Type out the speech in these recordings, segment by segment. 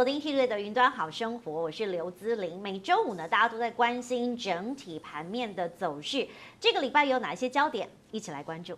收听 Hit 的云端好生活，我是刘姿玲。每周五呢，大家都在关心整体盘面的走势。这个礼拜有哪些焦点？一起来关注。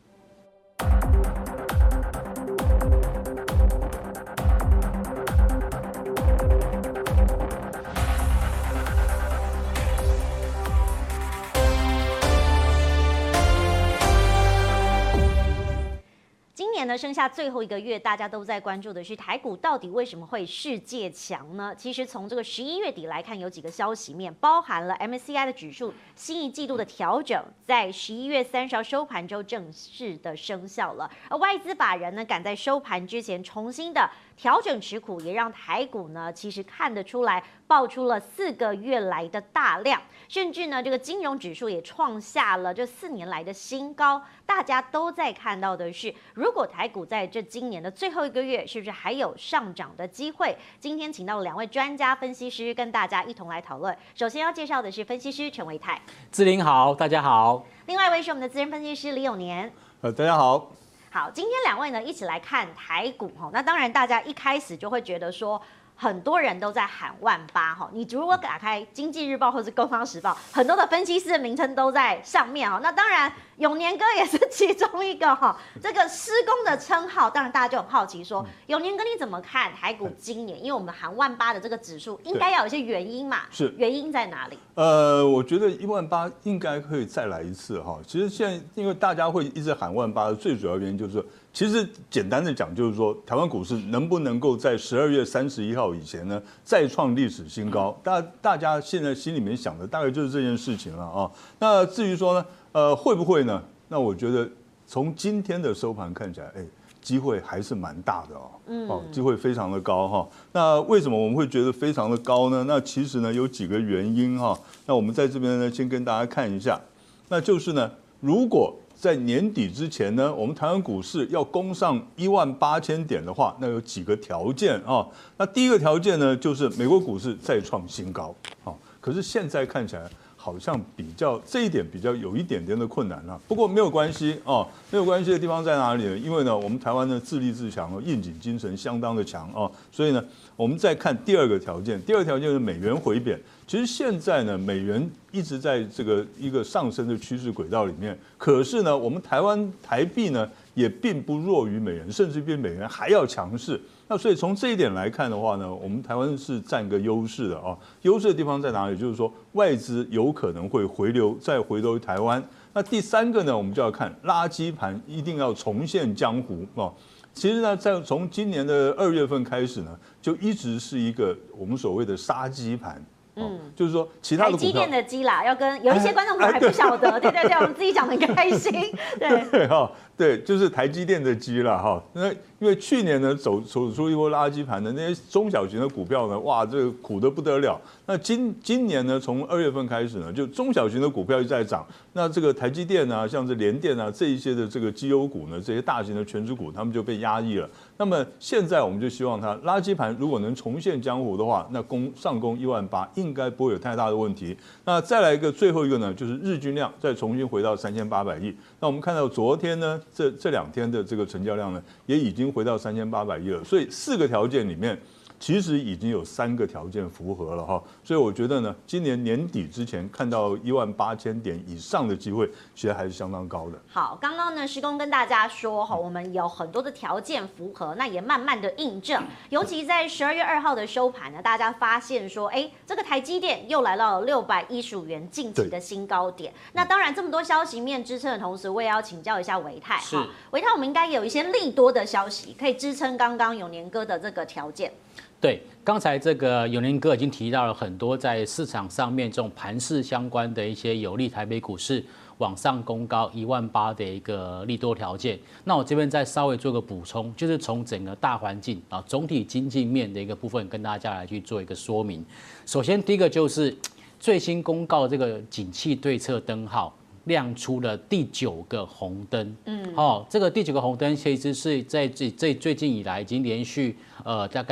今年呢，剩下最后一个月，大家都在关注的是台股到底为什么会世界强呢？其实从这个11月底来看，有几个消息面，包含了 MSCI 的指数新一季度的调整，在11月30号收盘之后正式的生效了。而外资法人呢，赶在收盘之前重新的调整持股，也让台股呢，其实看得出来爆出了4个月来的大量，甚至呢，这个金融指数也创下了这4年来的新高。大家都在看到的是，如果台股在这今年的最后一个月，是不是还有上涨的机会？今天请到了2位专家分析师，跟大家一同来讨论。首先要介绍的是分析师陈维泰， 姿玲好，大家好。 另外一位是我们的资深分析师李永年， 大家好。 好，今天2位呢一起来看台股哈。那当然，大家一开始就会觉得说，很多人都在喊18000哈。你如果打开《经济日报》或是《工商时报》，很多的分析师的名称都在上面哈。那当然，永年哥也是其中一个哈。这个施工的称号，当然大家就很好奇说，永年哥你怎么看台股今年？因为我们喊18000的这个指数，应该要有一些原因嘛。 是， 原因在哪里？ 我觉得18000应该可以再来一次哈。其实现在因为大家会一直喊18000的最主要原因就是说，其实简单的讲就是说，台湾股市能不能够在12月31号以前呢再创历史新高？大家现在心里面想的大概就是这件事情了啊。那至于说呢，会不会呢？那我觉得从今天的收盘看起来，机会还是蛮大的哦，机会非常的高哈。那为什么我们会觉得非常的高呢？那其实呢有几个原因哈。那我们在这边呢先跟大家看一下，那就是呢，如果在年底之前呢，我们台湾股市要攻上18000点的话，那有几个条件啊。那第一个条件呢，就是美国股市再创新高。可是现在看起来好像这一点比较有一点点的困难了。不过没有关系啊，没有关系的地方在哪里呢？因为呢，我们台湾的自立自强应景精神相当的强啊，所以呢，我们再看第二个条件。第二个条件是美元回贬。其实现在呢，美元一直在这个一个上升的趋势轨道里面，可是呢，我们台币呢也并不弱于美元，甚至比美元还要强势。那所以从这一点来看的话呢，我们台湾是占个优势的啊。优势的地方在哪里？就是说外资有可能会再回流台湾。那第三个呢，我们就要看垃圾盘一定要重现江湖啊。其实呢，从今年的2月份开始呢，就一直是一个我们所谓的杀鸡盘。就是说其他的股票， 台积电的鸡啦，要跟有一些观众朋友还不晓得，对，我们自己讲得很开心， 对，就是台积电的鸡啦哈。那因为去年呢走出一波垃圾盘的那些中小型的股票呢，哇，这个苦得不得了。那今年呢，从2月份开始呢，就中小型的股票一直在涨。那这个台积电啊，像是联电啊这一些的这个绩优股呢，这些大型的权值股，他们就被压抑了。那么现在我们就希望它垃圾盘如果能重现江湖的话，那上攻18000应该不会有太大的问题。那再来最后一个呢，就是日均量再重新回到3800亿。那我们看到昨天呢，这2天的这个成交量呢，也已经回到3800亿了。所以4个条件里面，其实已经有3个条件符合了哈。所以我觉得呢，今年年底之前看到18000点以上的机会，其实还是相当高的。 好，刚刚呢，施工跟大家说哈，我们有很多的条件符合，那也慢慢的印证。尤其在12月2号的收盘呢，大家发现说，这个台积电又来到了615元近期的新高点。那当然，这么多消息面支撑的同时，我也要请教一下维泰哈。维泰，我们应该有一些利多的消息可以支撑刚刚永年哥的这个条件。 对，刚才这个永年哥已经提到了很多在市场上面这种盘势相关的一些有利台北股市往上攻高18000的一个利多条件。那我这边再稍微做个补充，就是从整个大环境啊总体经济面的一个部分跟大家来去做一个说明。首先第一个就是最新公告这个景气对策灯号亮出了第9个红灯。这个第9个红灯其实是在最近以来已经连续大概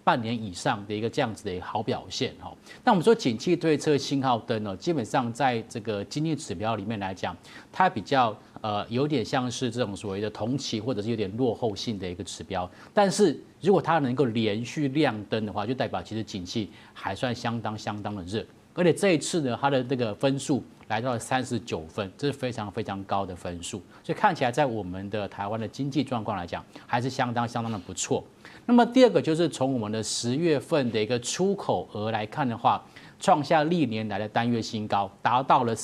半年以上的一个这样子的好表现哈。那我们说景气对策信号灯呢，基本上在这个经济指标里面来讲，它比较有点像是这种所谓的同期或者是有点落后性的一个指标。但是如果它能够连续亮灯的话，就代表其实景气还算相当的热。而且这一次呢，它的这个分数来到了39分，这是非常高的分数，所以看起来在我们的台湾的经济状况来讲，还是相当的不错。那么第二个就是从我们的10月份的一个出口额来看的话，创下历年来的单月新高，达到了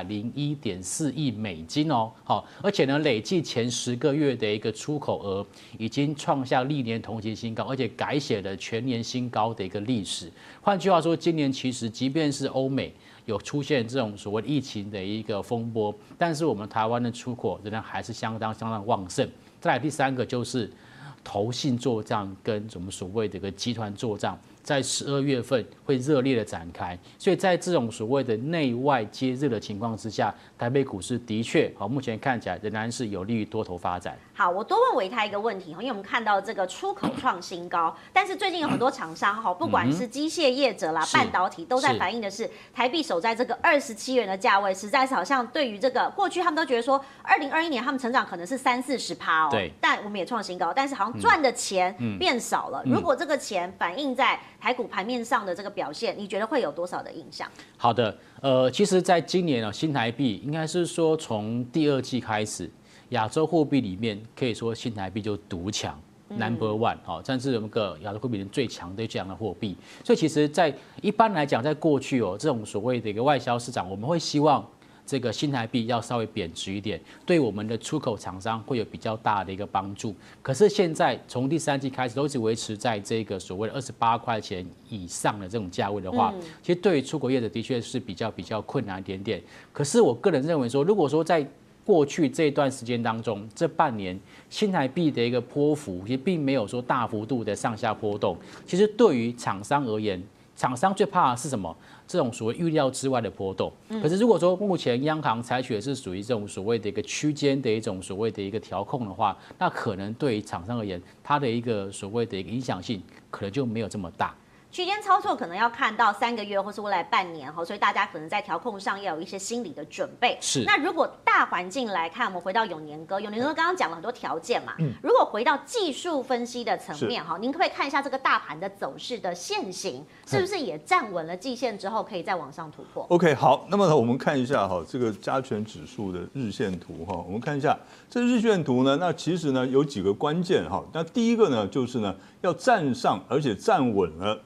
401.4亿美金哦。好，而且呢，累计前10个月的一个出口额已经创下历年同期新高，而且改写了全年新高的一个历史。换句话说，今年其实即便是欧美有出现这种所谓疫情的一个风波，但是我们台湾的出口仍然还是相当旺盛。再来第三个就是投信作战跟我们所谓的一个集团作战，在12月份会热烈的展开，所以在这种所谓的内外皆热的情况之下，台北股市的确目前看起来仍然是有利于多头发展。 好，我多问伟泰一个问题，因为我们看到这个出口创新高，但是最近有很多厂商不管是机械业者啦、半导体，都在反映的是台币守在这个27元的价位，实在是好像对于这个过去他们都觉得说，2021年他们成长可能是30-40%哦， 对， 但我们也创新高，但是好像赚的钱变少了。如果这个钱反映在台股盘面上的这个表现，你觉得会有多少的影响？ 好的，其实在今年新台币应该是说从第2季开始，亚洲货币里面可以说新台币就独强。Number one， 占是我们个亚洲货币里面最强的这样的货币，所以其实，在一般来讲，在过去这种所谓的一个外销市场，我们会希望这个新台币要稍微贬值一点，对我们的出口厂商会有比较大的一个帮助。可是现在从第3季开始，都一直维持在这个所谓的28块钱以上的这种价位的话，其实对于出口业者的确是比较困难一点点。可是我个人认为说，如果说在过去这段时间当中，这半年新台币的一个波幅，其实并没有说大幅度的上下波动。其实对于厂商而言，厂商最怕的是什么？这种所谓预料之外的波动。可是如果说目前央行采取的是属于这种所谓的一个区间的一种所谓的一个调控的话，那可能对于厂商而言，它的一个所谓的一个影响性可能就没有这么大。 区间操作可能要看到3个月或是未来半年，所以大家可能在调控上要有一些心理的准备。 是。那如果大环境来看，我们回到永年哥刚刚讲了很多条件嘛，如果回到技术分析的层面您可不可以看一下这个大盘的走势的线型，是不是也站稳了季线之后可以再往上突破 ？OK， 好，那么我们看一下这个加权指数的日线图我们看一下这日线图呢，那其实呢有几个关键那第一个呢就是呢要站上而且站稳了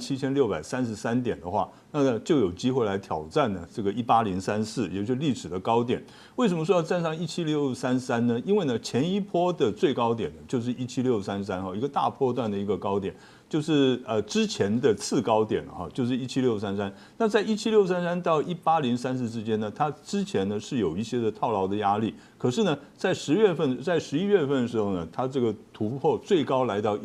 17633点的话，那就有机会来挑战呢这个18034，也就是历史的高点。为什么说要站上17633呢？因为呢前一波的最高点呢就是17633一个大波段的一个高点，就是之前的次高点就是17633。那在17633到18034之间呢，它之前呢是有一些的套牢的压力，可是呢在11月份的时候呢，它这个突破最高来到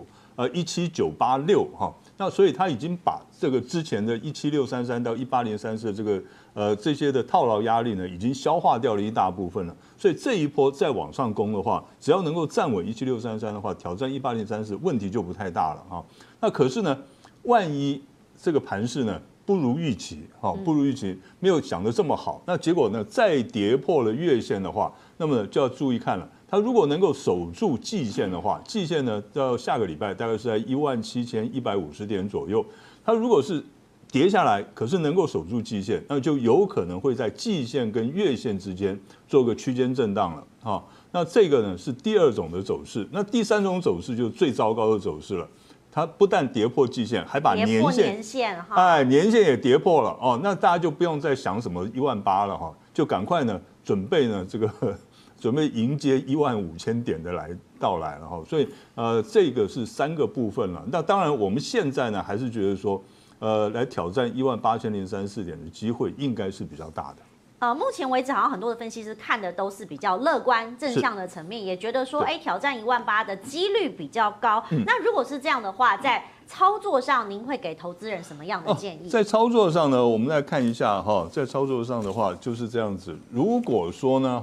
17986那所以他已经把这个之前的17633到18034的这个这些的套牢压力呢，已经消化掉了一大部分了。所以这一波再往上攻的话，只要能够站稳17633的话，挑战18034问题就不太大了那可是呢，万一这个盘势呢不如预期不如预期，没有想得这么好，那结果呢再跌破了月线的话，那么就要注意看了。它如果能够守住季线的话，季线呢到下个礼拜大概是在17150点左右。它如果是跌下来，可是能够守住季线，那就有可能会在季线跟月线之间做个区间震荡了那这个呢是第2种的走势。那第3种走势就是最糟糕的走势了。它不但跌破季线，还把年线年线也跌破了那大家就不用再想什么18000了就赶快呢准备呢这个。准备迎接15000点的到来了所以这个是3个部分了。那当然我们现在呢还是觉得说来挑战18034点的机会应该是比较大的。 目前为止好像很多的分析师看的都是比较乐观正向的层面，也觉得说挑战18000的几率比较高。那如果是这样的话，在操作上您会给投资人什么样的建议？ 在操作上呢，我们来看一下在操作上的话就是这样子。如果说呢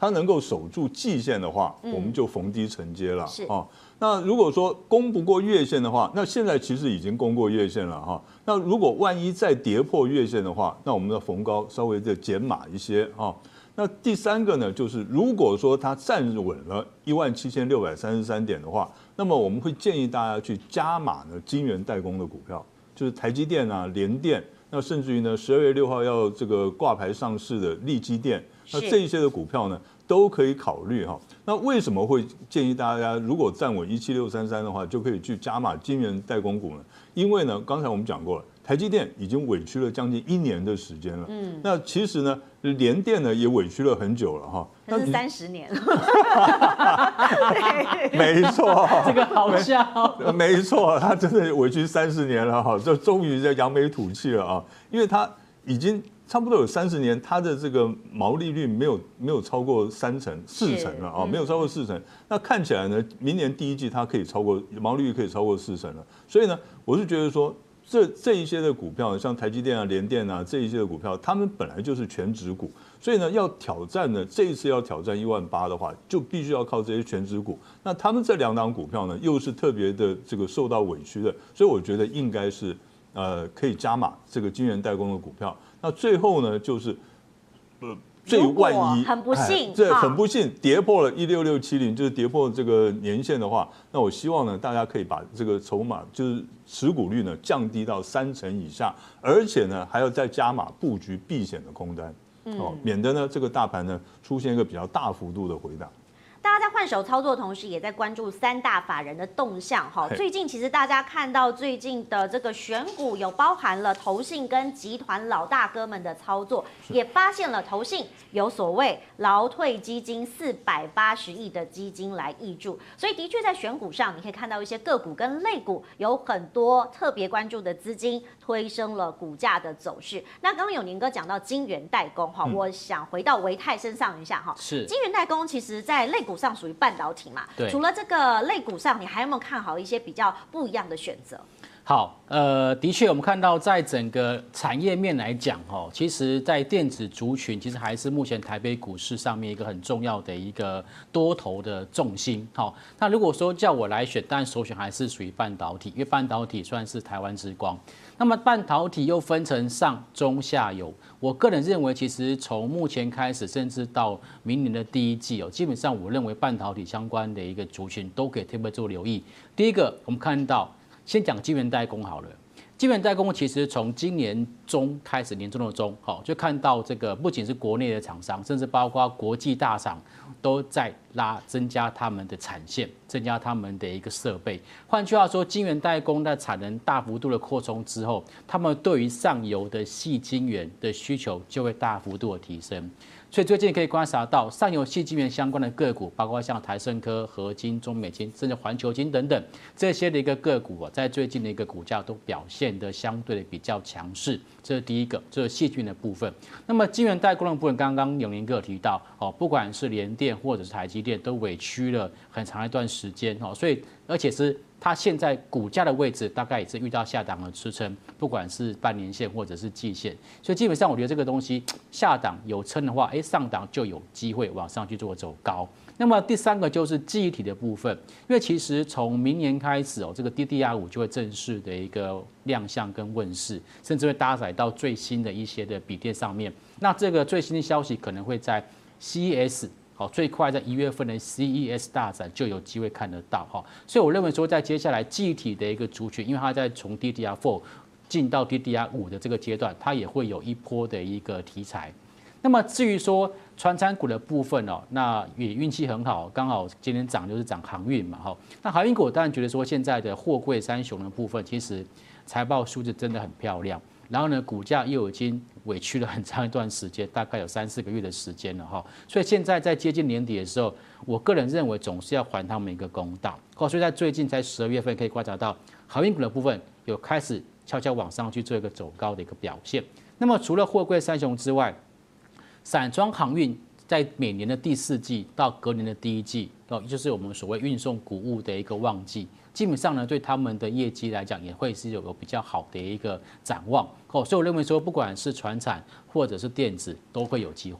它能够守住季线的话，我们就逢低承接了是啊。那如果说攻不过月线的话，那现在其实已经攻过月线了哈。那如果万一再跌破月线的话，那我们的逢高稍微的减码一些啊。那第三个呢，就是如果说它站稳了17633点的话，那么我们会建议大家去加码呢晶圆代工的股票，就是台积电啊、联电，那甚至于呢12月6号要这个挂牌上市的力积电，那这一些的股票呢都可以考虑哈。那为什么会建议大家如果站稳17633的话，就可以去加码晶圆代工股呢？因为呢，刚才我们讲过了。台积电已经委屈了将近1年的时间了，那其实呢，联电呢也委屈了很久了哈， 那是30年了， 没错， 这个好笑， 没错，他真的委屈30年了哈，这终于在扬眉吐气了啊，因为他已经差不多有30年，他的这个毛利率没有超过4成了啊，没有超过4成，那看起来呢，明年第一季它可以超过毛利率可以超过4成了，所以呢，我是觉得说。这一些的股票，像台积电啊、联电啊这一些的股票，他们本来就是全指股，所以呢，要挑战呢，这一次要挑战18000的话，就必须要靠这些全指股。那他们这2档股票呢，又是特别的这个受到委屈的，所以我觉得应该是可以加码这个晶圆代工的股票。那最后呢，就是最万一很不幸， 这很不幸跌破了16670，就是跌破这个年线的话，那我希望呢，大家可以把这个筹码就是持股率呢降低到3成以下，而且呢还要再加码布局避险的空单，免得呢这个大盘呢出现一个比较大幅度的回档。 大家在换手操作的同时，也在关注3大法人的动向哈。最近其实大家看到最近的这个选股有包含了投信跟集团老大哥们的操作，也发现了投信有所谓劳退基金480亿的基金来挹注，所以的确在选股上，你可以看到一些个股跟类股有很多特别关注的资金推升了股价的走势。那刚刚有年哥讲到晶圆代工哈，我想回到维泰身上一下哈。 是晶圆代工其实在类股上属于半导体嘛， 对。 除了这个类股上，你还有没有看好一些比较不一样的选择？ 好，的确，我们看到在整个产业面来讲，其实，在电子族群，其实还是目前台北股市上面一个很重要的一个多头的重心。好，那如果说叫我来选，当然首选还是属于半导体，因为半导体算是台湾之光。那么半导体又分成上中下游，我个人认为，其实从目前开始，甚至到明年的第一季基本上我认为半导体相关的一个族群都可以特别做留意。第一个，我们看到。先讲晶圆代工好了，晶圆代工其实从今年中开始，年中的中，就看到这个不仅是国内的厂商，甚至包括国际大厂都在增加他们的产线，增加他们的一个设备。换句话说，晶圆代工的产能大幅度的扩充之后，他们对于上游的矽晶圆的需求就会大幅度的提升。所以最近可以观察到，上游矽晶圆相关的个股，包括像台胜科、合金、中美金，甚至环球金等等这些的一个个股在最近的一个股价都表现得相对的比较强势。这是第一个，这是矽晶的部分。那么晶圆代工的部分，刚刚永年哥有提到，不管是联电或者是台积电，都委屈了很长一段时间，所以而且是。它现在股价的位置大概也是遇到下档的支撑，不管是半年线或者是季线，所以基本上我觉得这个东西下档有撑的话，上档就有机会往上去做走高。那么第三个就是记忆体的部分，因为其实从明年开始这个 DDR5 就会正式的一个亮相跟问世，甚至会搭载到最新的一些的笔电上面。那这个最新的消息可能会在 CES。最快在1月份的 CES 大展就有机会看得到所以我认为说，在接下来记忆体的一个族群，因为它在从 DDR4 进到 DDR5 的这个阶段，它也会有一波的一个题材。那么至于说传产股的部分那也运气很好，刚好今天涨就是涨航运嘛那航运股我当然觉得说，现在的货柜三雄的部分，其实财报数字真的很漂亮。然后呢，股价又已经委屈了很长一段时间，大概有3-4个月的时间了所以现在在接近年底的时候，我个人认为总是要还他们一个公道所以在最近在12月份可以观察到航运股的部分有开始悄悄往上去做一个走高的一个表现。那么除了货柜三雄之外，散装航运在每年的第4季到隔年的第1季就是我们所谓运送谷物的一个旺季。基本上呢，对他们的业绩来讲，也会是有比较好的一个展望所以我认为说，不管是传产或者是电子，都会有机会。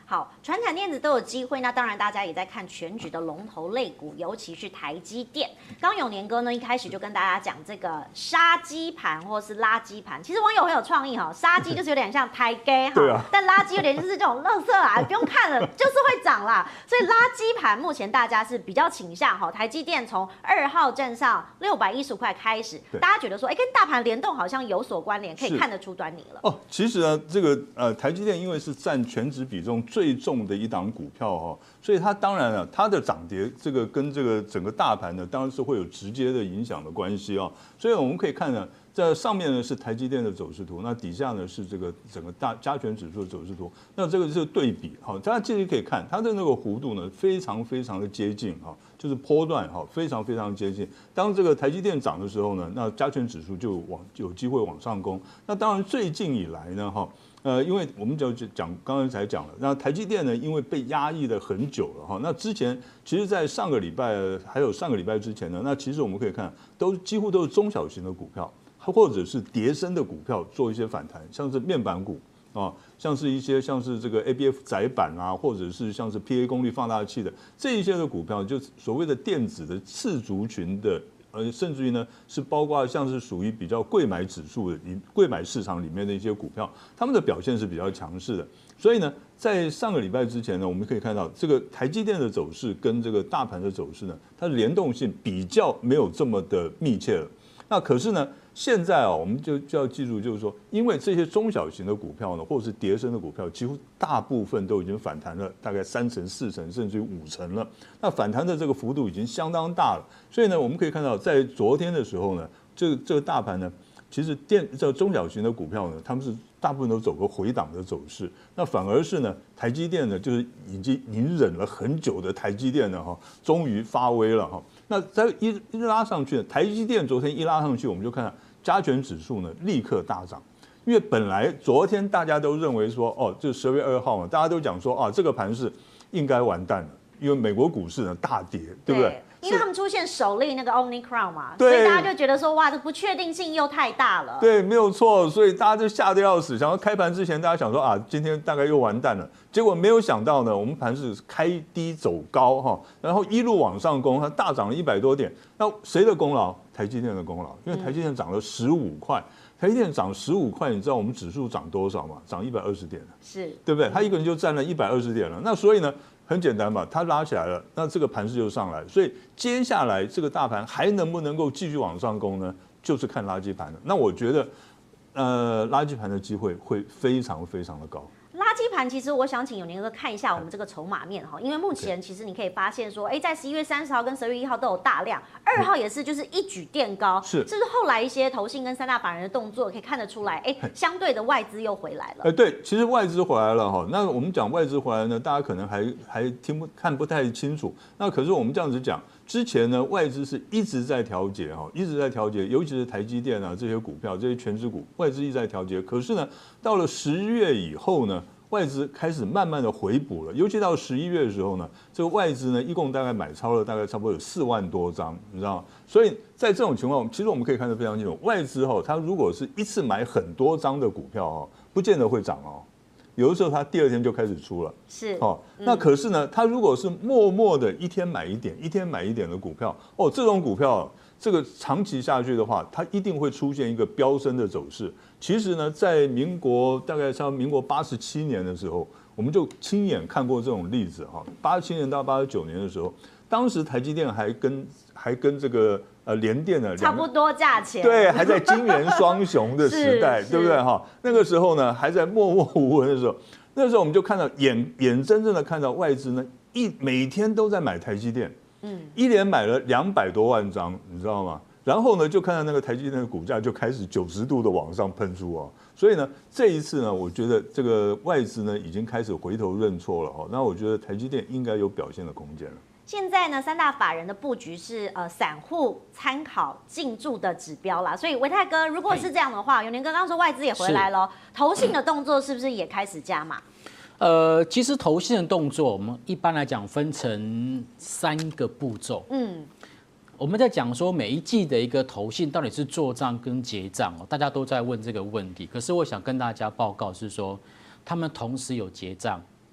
好，传产电子都有机会，那当然大家也在看全指的龙头类股，尤其是台积电。刚永年哥呢一开始就跟大家讲这个杀鸡盘或是垃圾盘，其实网友很有创意哈，杀鸡就是有点像台阶哈，但垃圾有点就是这种垃圾啊，不用看了，就是会涨啦。所以垃圾盘目前大家是比较倾向哈，台积电从2号站上615块开始，大家觉得说，跟大盘联动好像有所关联，可以看得出端倪了。 哦，其实呢，这个台积电因为是占全指比重最重的一档股票哈，所以它当然了，它的涨跌这个跟这个整个大盘呢，当然是会有直接的影响的关系啊。所以我们可以看呢，在上面呢是台积电的走势图，那底下呢是这个整个加权指数的走势图。那这个是对比，好，大家其实可以看它的那个弧度呢，非常非常的接近哈，就是波段哈，非常非常接近。当这个台积电涨的时候呢，那加权指数就有机会往上攻。那当然最近以来呢，哈。因为我们就讲刚才才讲了，那台积电呢，因为被压抑了很久了哈。那之前其实，在上个礼拜还有上个礼拜之前呢，那其实我们可以看，几乎都是中小型的股票，或者是跌升的股票做一些反弹，像是面板股啊，像是一些像是这个 ABF 载板啊，或者是像是 PA 功率放大器的这一些的股票，就所谓的电子的次族群的。甚至于呢，是包括像是属于比较贵买指数的、贵买市场里面的一些股票，他们的表现是比较强势的。所以呢，在上个礼拜之前呢，我们可以看到这个台积电的走势跟这个大盘的走势呢，它的联动性比较没有这么的密切了。那可是呢，现在我们就要记住，就是说，因为这些中小型的股票呢，或者是跌升的股票，几乎大部分都已经反弹了，大概3成、4成，甚至于5成了。那反弹的这个幅度已经相当大了。所以呢，我们可以看到，在昨天的时候呢，这个大盘呢，其实这中小型的股票呢，他们是大部分都走个回档的走势。那反而是呢，台积电呢，就是已经隐忍了很久的台积电呢，终于发威了哈。那在一拉上去，台积电昨天一拉上去，我们就看到加权指数呢立刻大涨，因为本来昨天大家都认为说，就12月2号嘛，大家都讲说这个盘是应该完蛋了，因为美国股市呢大跌，对不对？ 因为他们出现首例那个 Omicron 嘛，所以大家就觉得说，哇，这不确定性又太大了。 对，没有错，所以大家就吓得要死，想要开盘之前，大家想说今天大概又完蛋了。结果没有想到呢，我们盘是开低走高哈，然后一路往上攻，它大涨了100多点。那谁的功劳？台积电的功劳，因为台积电涨了15块。台积电涨15块，你知道我们指数涨多少吗？涨120点了， 是对不对？它一个人就占了120点了。那所以呢，很简单嘛，它拉起来了，那这个盘势就上来。所以接下来这个大盘还能不能够继续往上攻呢？就是看垃圾盘了。那我觉得，垃圾盘的机会会非常非常的高。 垃圾盘其实我想请永年哥看一下我们这个筹码面哈，因为目前其实你可以发现说，在11月30号跟12月1号都有大量，2号也是就是一举垫高，是不是后来一些投信跟3大法人的动作可以看得出来，相对的外资又回来了。 对，其实外资回来了哈，那我们讲外资回来呢，大家可能还看不太清楚。那可是我们这样子讲，之前呢外资是一直在调节哈，一直在调节，尤其是台积电啊这些股票，这些全指股，外资一直在调节。可是呢，到了10月以后呢，外资开始慢慢的回补了，尤其到11月的时候呢，这个外资呢一共大概买超了大概差不多有4万多张，你知道吗？所以在这种情况，其实我们可以看得非常清楚，外资它如果是一次买很多张的股票不见得会涨哦。有的时候它第2天就开始出了， 是那可是呢，它如果是默默的一天买一点，一天买一点的股票，这种股票这个长期下去的话，它一定会出现一个飙升的走势。其实呢，在大概像民国87年的时候，我们就亲眼看过这种例子87年到89年的时候，当时台积电还跟这个联电呢差不多价钱， 对，还在金元双雄的时代，对不对那个时候呢，还在默默无闻的时候，那时候我们就看到眼睁睁的看到外资呢每天都在买台积电，一连买了200多万张，你知道吗？然后呢，就看到那个台积电的股价就开始90度的往上喷出所以呢，这一次呢，我觉得这个外资呢已经开始回头认错了那我觉得台积电应该有表现的空间了。 现在呢，3大法人的布局是散户参考进驻的指标啦，所以维泰哥，如果是这样的话，永年哥刚刚说外资也回来了，投信的动作是不是也开始加码？ 其实投信的动作，我们一般来讲分成3个步骤。我们在讲说每一季的一个投信到底是做账跟结账大家都在问这个问题。可是我想跟大家报告是说，他们同时有结账，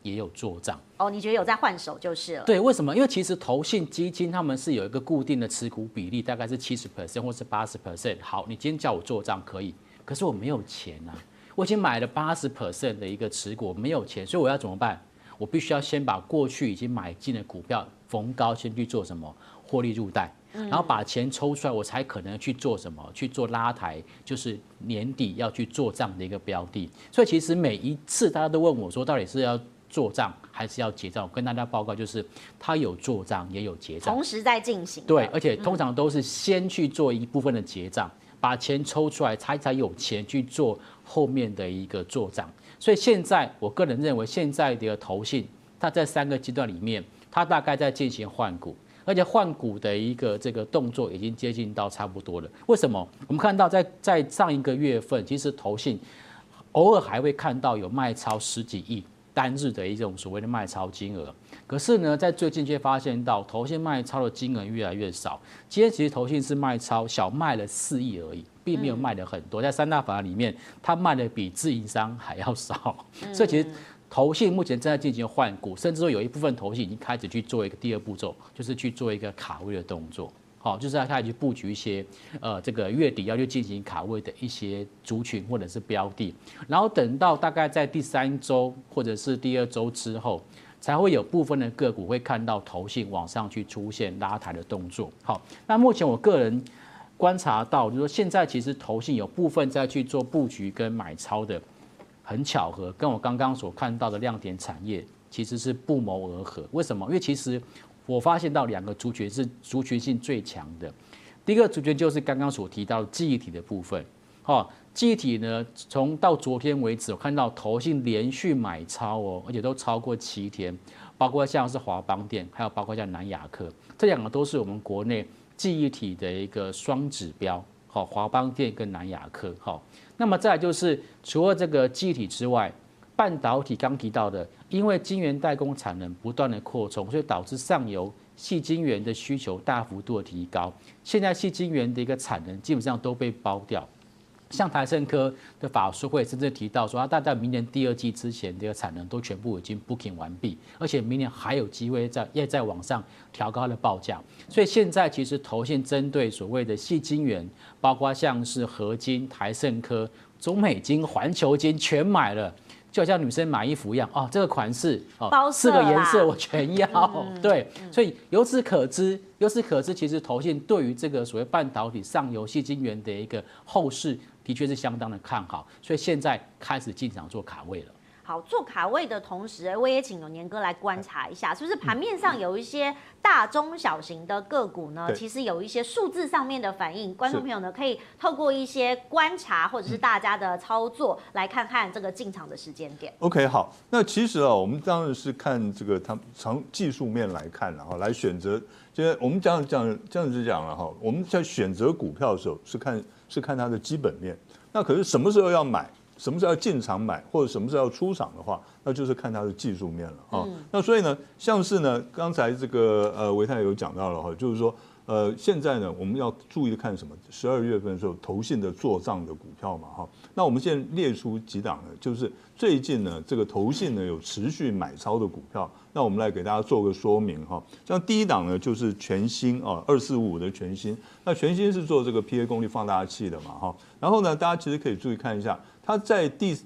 也有做账。 哦，你觉得有在换手就是了？ 对，为什么？因为其实投信基金他们是有一个固定的持股比例，大概是70%或是80%。好，你今天叫我做账可以，可是我没有钱啊，我已经买了80%的一个持股，我没有钱，所以我要怎么办？我必须要先把过去已经买进的股票逢高先去做什么获利入袋，然后把钱抽出来，我才可能去做什么，去做拉抬，就是年底要去做账的一个标的。所以其实每一次大家都问我说，到底是要做账还是要结账？我跟大家报告就是，它有做账也有结账， 同时在进行。 对，而且通常都是先去做一部分的结账，把钱抽出来，才有钱去做后面的一个做账。所以现在我个人认为，现在的投信，它在3个阶段里面，它大概在进行换股，而且换股的一个这个动作已经接近到差不多了。为什么？我们看到在上一个月份，其实投信偶尔还会看到有卖超10几亿单日的一种所谓的卖超金额，可是呢，在最近却发现到投信卖超的金额越来越少。今天其实投信是卖超小卖了4亿而已，并没有卖的很多。在3大法人里面，它卖的比自营商还要少，所以其实投信目前正在进行换股，甚至说有一部分投信已经开始去做一个第2步骤，就是去做一个卡位的动作。好，就是要开始去布局一些这个月底要去进行卡位的一些族群或者是标的，然后等到大概在第3周或者是第2周之后，才会有部分的个股会看到投信往上去出现拉抬的动作。好，那目前我个人观察到，就是说现在其实投信有部分在去做布局跟买超的，很巧合，跟我刚刚所看到的亮点产业其实是不谋而合。为什么？因为其实我发现到2个族群是族群性最强的。第一个族群就是刚刚所提到的记忆体的部分。记忆体呢，从到昨天为止，我看到投信连续买超哦，而且都超过7天，包括像是华邦电，还有包括像南亚科，这2个都是我们国内记忆体的一个双指标。好，华邦电跟南亚科。好，那么再来就是除了这个记忆体之外，半导体刚提到的，因为晶圆代工产能不断的扩充，所以导致上游矽晶圆的需求大幅度的提高。现在矽晶圆的一个产能基本上都被包掉。像台胜科的法说会甚至提到说，它大概明年第2季之前这个产能都全部已经 booking 完毕，而且明年还有机会再往上调高的报价。所以现在其实投信针对所谓的矽晶圆，包括像是合金、台胜科、中美晶、环球晶全买了。就好像女生买衣服一样哦，这个款式哦，4个颜色我全要。对，所以由此可知，其实投信对于这个所谓半导体上游矽晶圆的一个后市，的确是相当的看好，所以现在开始进场做卡位了。 好，做卡位的同时，我也请永年哥来观察一下，是不是盘面上有一些大中小型的个股呢？其实有一些数字上面的反应，观众朋友呢可以透过一些观察或者是大家的操作，来看看这个进场的时间点。 OK， 好，那其实啊，我们当然是看这个它从技术面来看，然后来选择。现在我们这样子讲了哈，我们在选择股票的时候是看它的基本面。那可是什么时候要买？什么时候要进场买，或者什么时候要出场的话，那就是看它的技术面了啊。那所以呢，像是呢，刚才这个维泰有讲到了哈，就是说现在呢，我们要注意看什么？12月份的时候，投信的做账的股票嘛哈。那我们现在列出几档呢，就是最近呢，这个投信呢有持续买超的股票。那我们来给大家做个说明哈。像第一档呢，就是全新啊，2455的全新。那全新是做这个 PA 功率放大器的嘛哈。然后呢，大家其实可以注意看一下。它在第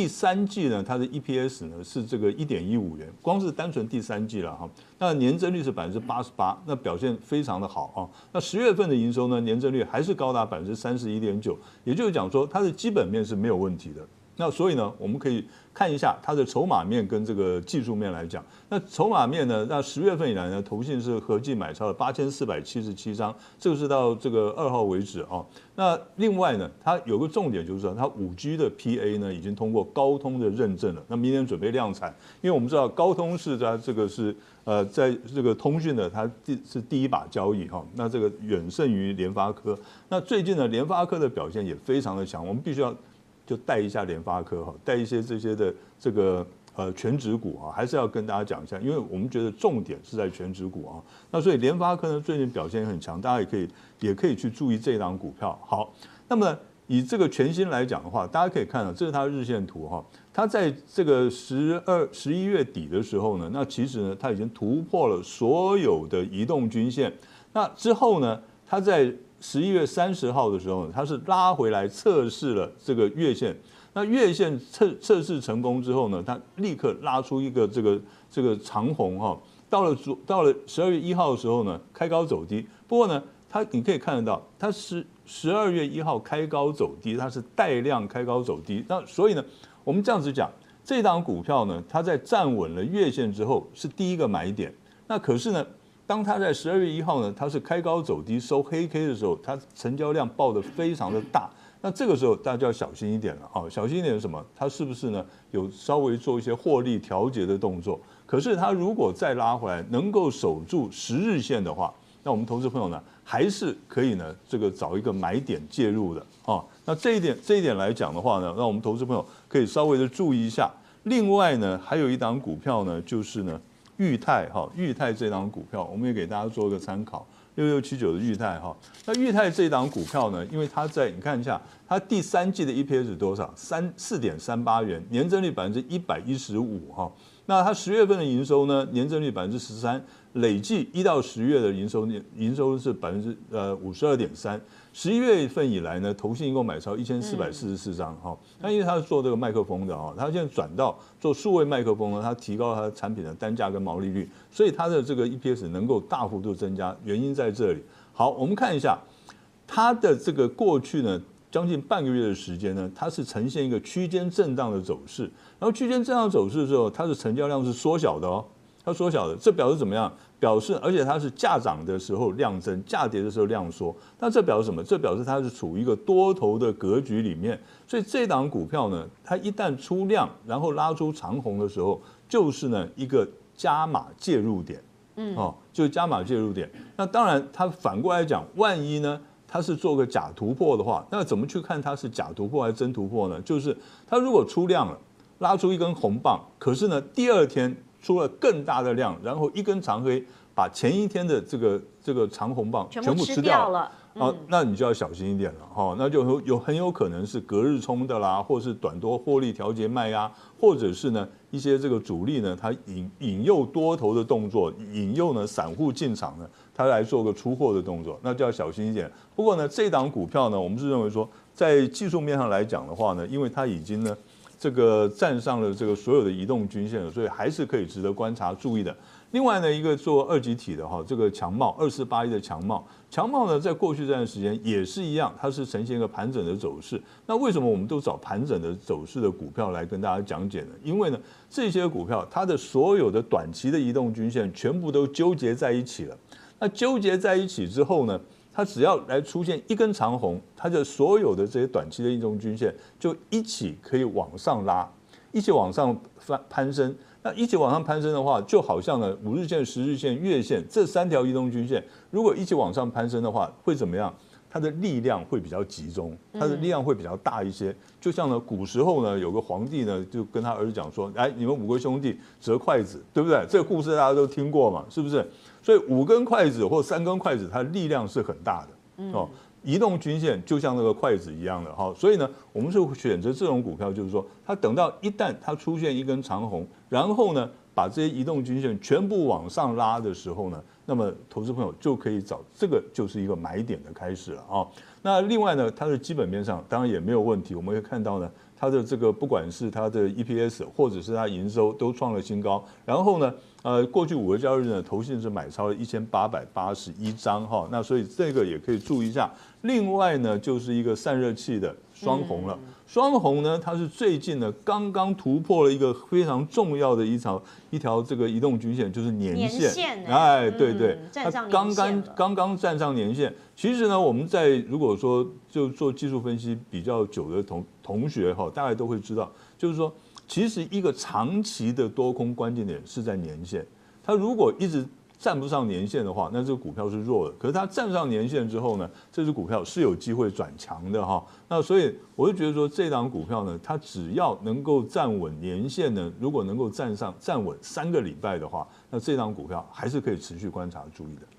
3季呢，它的 EPS 呢是这个1.15元，光是单纯第3季了哈。那年增率是88%，那表现非常的好啊。那10月份的营收呢，年增率还是高达31.9%，也就是讲说它的基本面是没有问题的。那所以呢，我们可以看一下它的筹码面跟这个技术面来讲。那筹码面呢，那10月份以来呢，投信是合计买超了8477张，这个是到这个2号为止啊。那另外呢，它有个重点就是说，它5G 的 PA 呢已经通过高通的认证了，那明年准备量产。因为我们知道高通是在这个是在这个通讯的它是第1把交椅哈，那这个远胜于联发科。那最近呢，联发科的表现也非常的强，我们必须要就带一下联发科哈，带一些这些的这个全指股啊，还是要跟大家讲一下，因为我们觉得重点是在全指股啊。那所以联发科呢最近表现很强，大家也可以去注意这档股票。好，那么以这个全新来讲的话，大家可以看到，这是它的日线图哈。它在这个11月底的时候呢，那其实呢，它已经突破了所有的移动均线。那之后呢，它在11月30号的时候呢，它是拉回来测试了这个月线。那月线测试成功之后呢，它立刻拉出一个这个长红哈。到了12月1号的时候呢，开高走低。不过呢，你可以看得到，它是12月1号开高走低，它是带量开高走低。那所以呢，我们这样子讲，这档股票呢，它在站稳了月线之后是第一个买点。那可是呢，当它在12月1号呢，它是开高走低收黑 K 的时候，它成交量爆得非常的大。那这个时候大家就要小心一点了啊！小心一点是什么？它是不是呢有稍微做一些获利调节的动作？可是它如果再拉回来，能够守住10日线的话，那我们投资朋友呢还是可以呢这个找一个买点介入的啊。那这一点来讲的话呢，让我们投资朋友可以稍微的注意一下。另外呢，还有一档股票呢，就是呢裕泰哈，裕泰这档股票我们也给大家做一个参考。6679的裕泰哈，那裕泰这档股票呢，因为它你看一下，它第3季的 EPS 多少？4.38元，年增率115%哈。那它10月份的营收呢，年增率13%，累计1到10月的营收是52.3%。11月份以来呢，投信一共买超1444张哈。那因为它是做这个麦克风的哈，它现在转到做数位麦克风呢，它提高它的产品的单价跟毛利率，所以它的这个 EPS 能够大幅度增加，原因在这里。好，我们看一下它的这个过去呢，将近半个月的时间呢，它是呈现一个区间震荡的走势。然后区间震荡走势的时候，它的成交量是缩小的哦，它缩小的，这表示怎么样？表示，而且它是价涨的时候量增，价跌的时候量缩。那这表示什么？这表示它是处于一个多头的格局里面。所以这档股票呢，它一旦出量，然后拉出长红的时候，就是呢一个加码介入点。就是加码介入点。那当然，它反过来讲，万一呢，它是做个假突破的话，那怎么去看它是假突破还是真突破呢？就是它如果出量了，拉出一根红棒，可是呢，第二天出了更大的量，然后一根长黑把前一天的这个长红棒全部吃掉了。那你就要小心一点了那就很有可能是隔日冲的啦，或是短多获利调节卖压，或者是呢一些这个主力呢，它引诱多头的动作，引诱呢散户进场呢，它来做个出货的动作，那就要小心一点。不过呢，这档股票呢，我们是认为说，在技术面上来讲的话呢，因为它已经呢这个站上了这个所有的移动均线了，所以还是可以值得观察注意的。另外呢，一个做二级体的这个强茂2481的强茂呢，在过去这段时间也是一样，它是呈现一个盘整的走势。那为什么我们都找盘整的走势的股票来跟大家讲解呢？因为呢，这些股票它的所有的短期的移动均线全部都纠结在一起了。那纠结在一起之后呢，它只要来出现一根长红，它的所有的这些短期的移动均线就一起可以往上拉，一起往上攀升。那一起往上攀升的话，就好像呢5日线、10日线、月线这3条移动均线，如果一起往上攀升的话，会怎么样？它的力量会比较集中，它的力量会比较大一些。就像呢，古时候呢，有个皇帝呢，就跟他儿子讲说：“来，你们5个兄弟折筷子，对不对？”这个故事大家都听过嘛，是不是？所以5根筷子或3根筷子，它的力量是很大的移动均线就像那个筷子一样的所以呢，我们是选择这种股票，就是说，它等到一旦它出现一根长红，然后呢，把这些移动均线全部往上拉的时候呢，那么投资朋友就可以找这个就是一个买点的开始了那另外呢，它的基本面上当然也没有问题，我们会看到呢，它的这个不管是它的 EPS 或者是它营收都创了新高，然后呢，过去5个交易日呢，投信是买超了1881张那所以这个也可以注意一下。另外呢，就是一个散热器的双红了。双红呢，它是最近呢刚刚突破了一个非常重要的一条这个移动均线，就是年线。对，它刚刚站上年线。其实呢，我们如果说就做技术分析比较久的同学大概都会知道，就是说，其实一个长期的多空关键点是在年线。它如果一直站不上年线的话，那这个股票是弱的。可是它站上年线之后呢，这只股票是有机会转强的那所以我就觉得说，这档股票呢，它只要能够站稳年线呢，如果能够站稳3个礼拜的话，那这档股票还是可以持续观察注意的。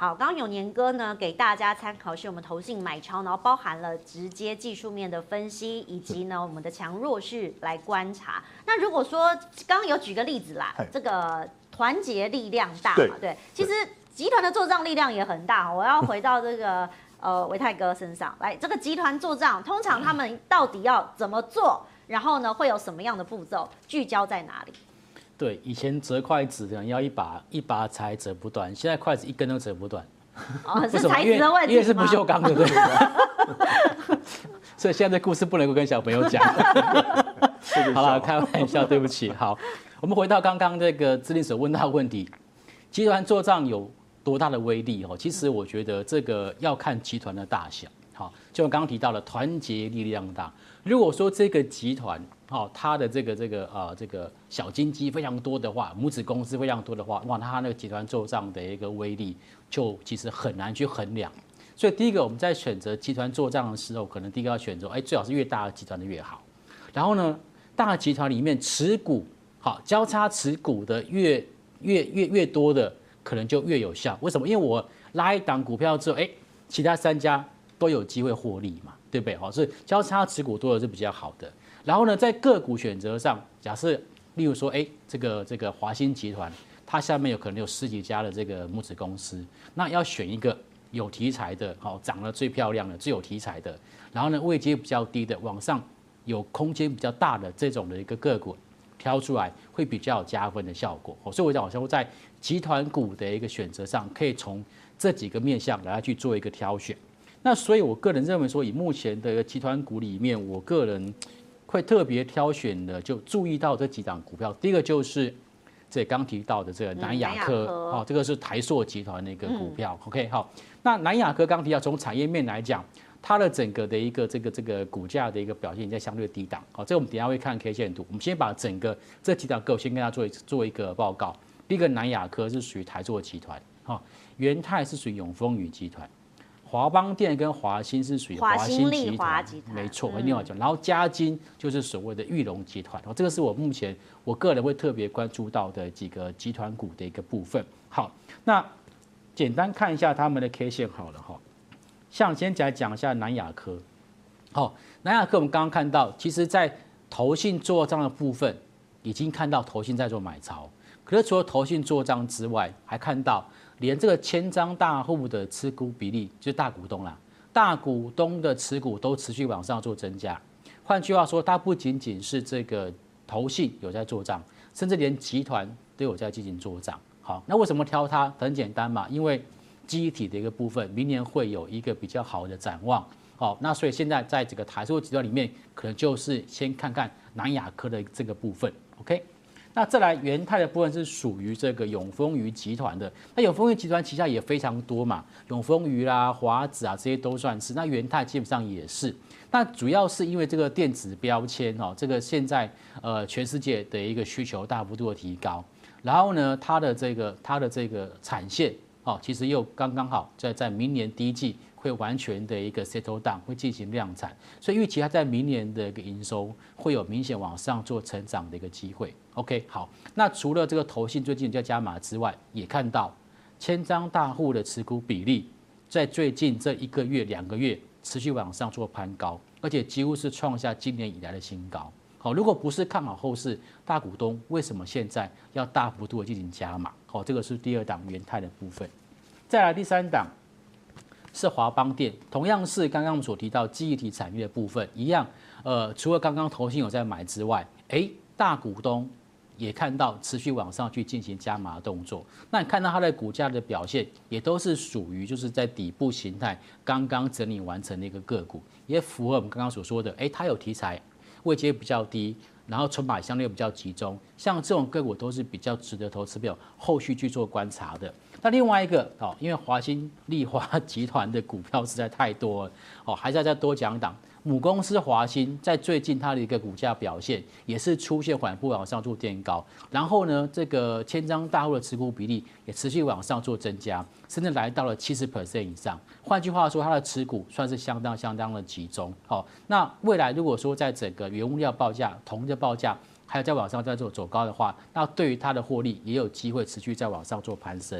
好，刚刚永年哥呢给大家参考是我们投信买超，然后包含了直接技术面的分析，以及呢我们的强弱势来观察。那如果说刚刚有举个例子啦，这个团结力量大嘛，对，其实集团的做账力量也很大。我要回到这个维泰哥身上来，这个集团做账，通常他们到底要怎么做？然后呢会有什么样的步骤？聚焦在哪里？ 对，以前折筷子可能要一把才折不断，现在筷子一根都折不断。 哦，是材质的问题吗？ 因为是不锈钢的，对不对？所以现在的故事不能够跟小朋友讲。好了，开玩笑，对不起。好，我们回到刚刚这个资历所问到的问题，集团做账有多大的威力？哦，其实我觉得这个要看集团的大小。好，就我刚刚提到的团结力量大。如果说这个集团，它的这个小金鸡非常多的话，母子公司非常多的话，哇，那它那个集团做账的一个威力就其实很难去衡量。所以第一个我们在选择集团做账的时候，可能第一个要选择，最好是越大的集团的越好。然后呢，大集团里面持股交叉持股的越多的，可能就越有效。为什么？因为我拉一档股票之后，其他3家都有机会获利嘛，对不对？所以交叉持股多的是比较好的。然后呢，在个股选择上，假设例如说，这个华新集团，它下面可能有10几家的这个母子公司，那要选一个有题材的，长得最漂亮的、最有题材的，然后呢位阶比较低的，往上有空间比较大的这种的一个个股挑出来，会比较有加分的效果。所以我想说，在集团股的一个选择上，可以从这几个面向来去做一个挑选。那所以我个人认为说，以目前的集团股里面，我个人会特别挑选的，就注意到这几档股票。第一个就是这刚提到的这个南亚科，这个是台塑集团的一个股票。OK， 好，那南亚科刚提到，从产业面来讲，它的整个的一个这个股价的一个表现在相对低档。好，这个我们等一下会看 K 线图。我们先把整个这几档个股先跟大家做一个报告。第一个南亚科是属于台塑集团，元泰是属于永丰余集团。华邦电跟华新是属于华新集团，没错，另外讲，然后嘉金就是所谓的裕隆集团，这个是我目前我个人会特别关注到的几个集团股的一个部分。好，那简单看一下他们的 K 线好了哈，像先讲一下南亚科，南亚科我们刚刚看到，其实在投信做账的部分已经看到投信在做买超，可是除了投信做账之外，还看到连这个千张大户的持股比例，就是大股东啦，大股东的持股都持续往上做增加。换句话说，它不仅仅是这个投信有在做账，甚至连集团都有在进行做账。好，那为什么挑它？很简单嘛，因为记忆体的一个部分，明年会有一个比较好的展望。好，那所以现在在这个台塑集团里面，可能就是先看看南亚科的这个部分。OK。那再来元泰的部分是属于这个永丰余集团的，那永丰余集团旗下也非常多嘛，永丰余啦、华子啊这些都算是，那元泰基本上也是。那主要是因为这个电子标签这个现在全世界的一个需求大幅度的提高，然后呢它的这个产线其实又刚刚好在明年第一季会完全的一个 settle down， 会进行量产，所以预期它在明年的一个营收会有明显往上做成长的一个机会。OK， 好，那除了这个投信最近在加码之外，也看到千张大户的持股比例在最近这1个月、2个月持续往上做攀高，而且几乎是创下今年以来的新高。好，如果不是看好后市，大股东为什么现在要大幅度的进行加码？好，这个是第2档元泰的部分。再来第3档是华邦电，同样是刚刚我们所提到记忆体产业的部分一样。除了刚刚投信有在买之外，大股东也看到持续往上去进行加码的动作。那你看到它的股价的表现，也都是属于就是在底部形态刚刚整理完成的一个个股，也符合我们刚刚所说的，它有题材，位阶比较低，然后筹码相对比较集中，像这种个股都是比较值得投资朋友后续去做观察的。那另外一个因为华新丽华集团的股票实在太多了，还是要再多讲档。母公司华新在最近它的一个股价表现也是出现缓步往上做垫高，然后呢，这个千张大户的持股比例也持续往上做增加，甚至来到了70% 以上。换句话说，它的持股算是相当的集中。那未来如果说在整个原物料报价、铜的报价还有在往上再做走高的话，那对于它的获利也有机会持续在往上做攀升。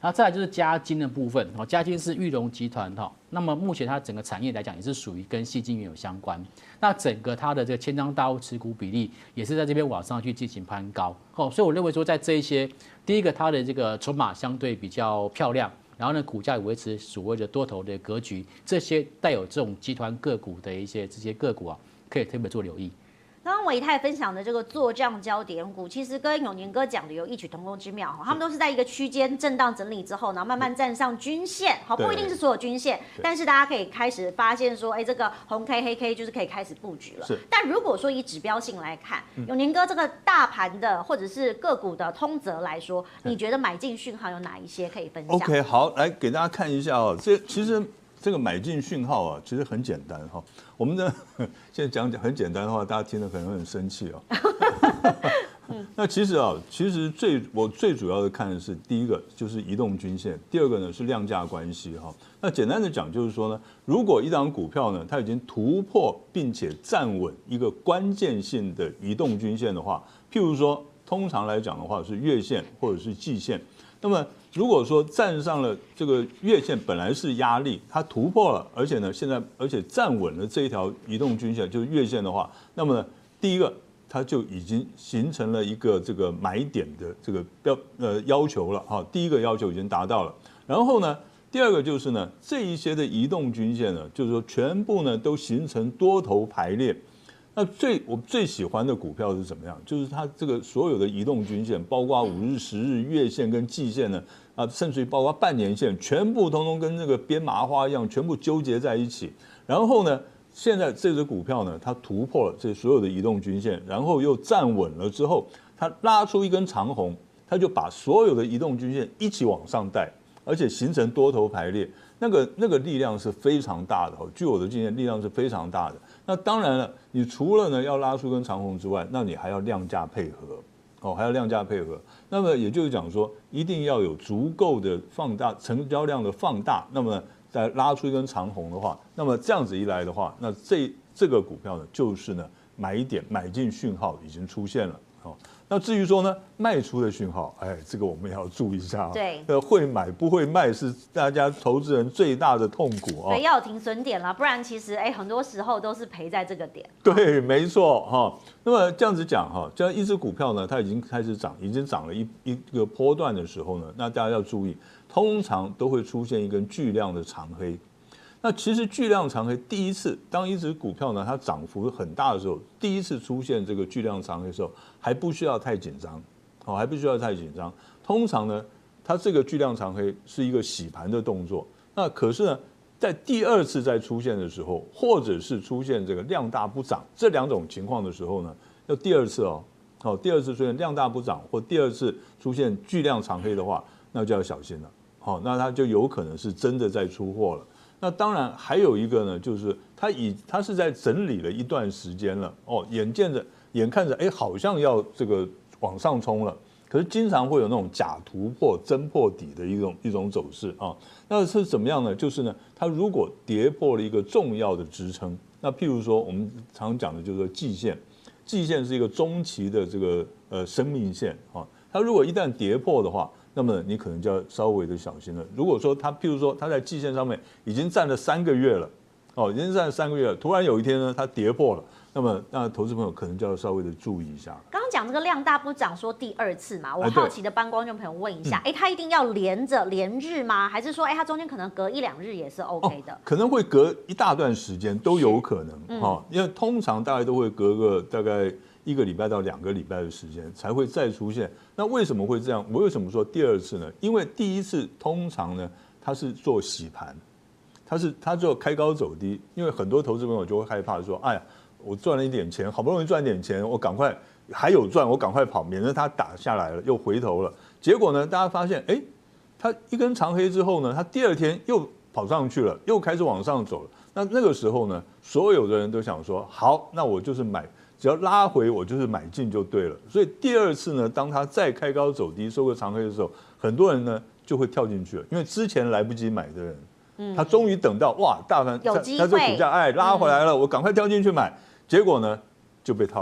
然后再来就是嘉金的部分，嘉金是裕隆集团哈，那么目前它整个产业来讲也是属于跟矽晶圆有相关，那整个它的这个千张大户持股比例也是在这边往上去进行攀高，所以我认为说在这一些，第一个它的这个筹码相对比较漂亮，然后呢股价也维持所谓的多头的格局，这些带有这种集团个股的这些个股啊，可以特别做留意。 刚刚伟泰分享的这个做账焦点股，其实跟永年哥讲的有异曲同工之妙，他们都是在一个区间震荡整理之后，然后慢慢站上均线，好，不一定是所有均线，但是大家可以开始发现说，哎，这个红 K 黑 K 就是可以开始布局了。但如果说以指标性来看，永年哥这个大盘的或者是个股的通则来说，你觉得买进讯号有哪一些可以分享 ？OK， 好，来给大家看一下哦，其实这个买进讯号啊，其实很简单哈。我们的现在讲很简单的话，大家听了可能会很生气哦。那其实我最主要的看的是第一个就是移动均线，第二个呢是量价关系哈。那简单的讲就是说呢，如果一档股票呢它已经突破并且站稳一个关键性的移动均线的话，譬如说通常来讲的话是月线或者是季线，那么如果说站上了这个月线本来是压力，它突破了，而且呢而且站稳了这一条移动均线就是月线的话，那么呢第一个它就已经形成了一个这个买点的这个要求了哈，第一个要求已经达到了。然后呢，第二个就是呢这一些的移动均线呢，就是说全部呢都形成多头排列。那我最喜欢的股票是怎么样？就是它这个所有的移动均线，包括5日、10日、月线跟季线呢，甚至于包括半年线，全部通通跟那个编麻花一样，全部纠结在一起。然后呢，现在这只股票呢，它突破了这所有的移动均线，然后又站稳了之后，它拉出一根长红，它就把所有的移动均线一起往上带，而且形成多头排列。那个力量是非常大的，据我的经验，力量是非常大的。那当然了，你除了呢要拉出根长红之外，那你还要量价配合，还要量价配合。那么也就是讲说，一定要有足够的放大成交量的放大，那么再拉出一根长红的话，那么这样子一来的话，那这个股票呢，就是呢买进讯号已经出现了。那至于说呢，卖出的讯号，这个我们也要注意一下。 对， 会买不会卖是大家投资人最大的痛苦对，要有停损点啦，不然其实很多时候都是赔在这个点。 对，没错哈。那么这样子讲哈，这样一只股票呢，它已经开始涨，已经涨了一个波段的时候呢，那大家要注意，通常都会出现一根巨量的长黑。那其实巨量长黑第一次，当一只股票呢它涨幅很大的时候，第一次出现这个巨量长黑的时候，还不需要太紧张，还不需要太紧张。通常呢，它这个巨量长黑是一个洗盘的动作。那可是呢，在第二次再出现的时候，或者是出现这个量大不涨这两种情况的时候呢，要第二次第二次出现量大不涨或第二次出现巨量长黑的话，那就要小心了。那它就有可能是真的在出货了。那当然还有一个呢，就是它是在整理了一段时间了，眼看着好像要这个往上冲了，可是经常会有那种假突破真破底的一种走势啊。那是怎么样呢？就是呢，它如果跌破了一个重要的支撑，那譬如说我们常讲的就是说季线是一个中期的这个生命线啊，它如果一旦跌破的话，那么你可能就要稍微的小心了。如果说譬如说它在季线上面已经站了3个月了，已经站了3个月了，突然有一天呢它跌破了，那投资朋友可能就要稍微的注意一下。 刚刚讲这个量大不涨，说第二次嘛，我好奇的帮观众朋友问一下，它一定要连日吗？还是说它中间可能隔1-2日也是 OK 的？ 可能会隔一大段时间都有可能因为通常大概都会隔个大概1个礼拜到2个礼拜的时间才会再出现。那为什么会这样？我为什么说第二次呢？因为第一次通常呢，它是做洗盘，它做开高走低。因为很多投资朋友就会害怕说，哎呀，我赚了一点钱，好不容易赚点钱，我赶快还有赚，我赶快跑，免得它打下来了又回头了。结果呢，大家发现，它一根长黑之后呢，它第二天又跑上去了，又开始往上走了。那个时候呢，所有的人都想说，好，那我就是买。只要拉回，我就是买进就对了。所以第二次呢，当它再开高走低收个长黑的时候，很多人呢就会跳进去了，因为之前来不及买的人，他终于等到大盘它这股价拉回来了，我赶快跳进去买，结果呢就被套牢了。